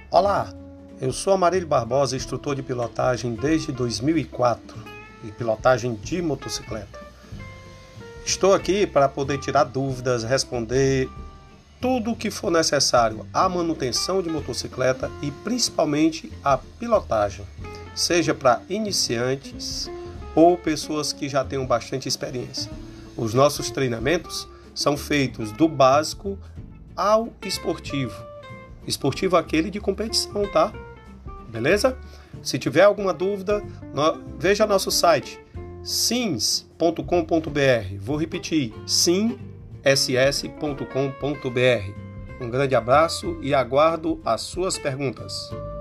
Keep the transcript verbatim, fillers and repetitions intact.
Olá, eu sou Amarílio Barbosa, instrutor de pilotagem desde dois mil e quatro e pilotagem de motocicleta. Estou aqui para poder tirar dúvidas, responder tudo o que for necessário à manutenção de motocicleta e principalmente à pilotagem, seja para iniciantes ou pessoas que já tenham bastante experiência. Os nossos treinamentos são feitos do básico ao esportivo. Esportivo aquele de competição, tá? Beleza? Se tiver alguma dúvida, no... veja nosso site sims ponto com ponto br. Vou repetir, sim s s ponto com ponto br. Um grande abraço e aguardo as suas perguntas.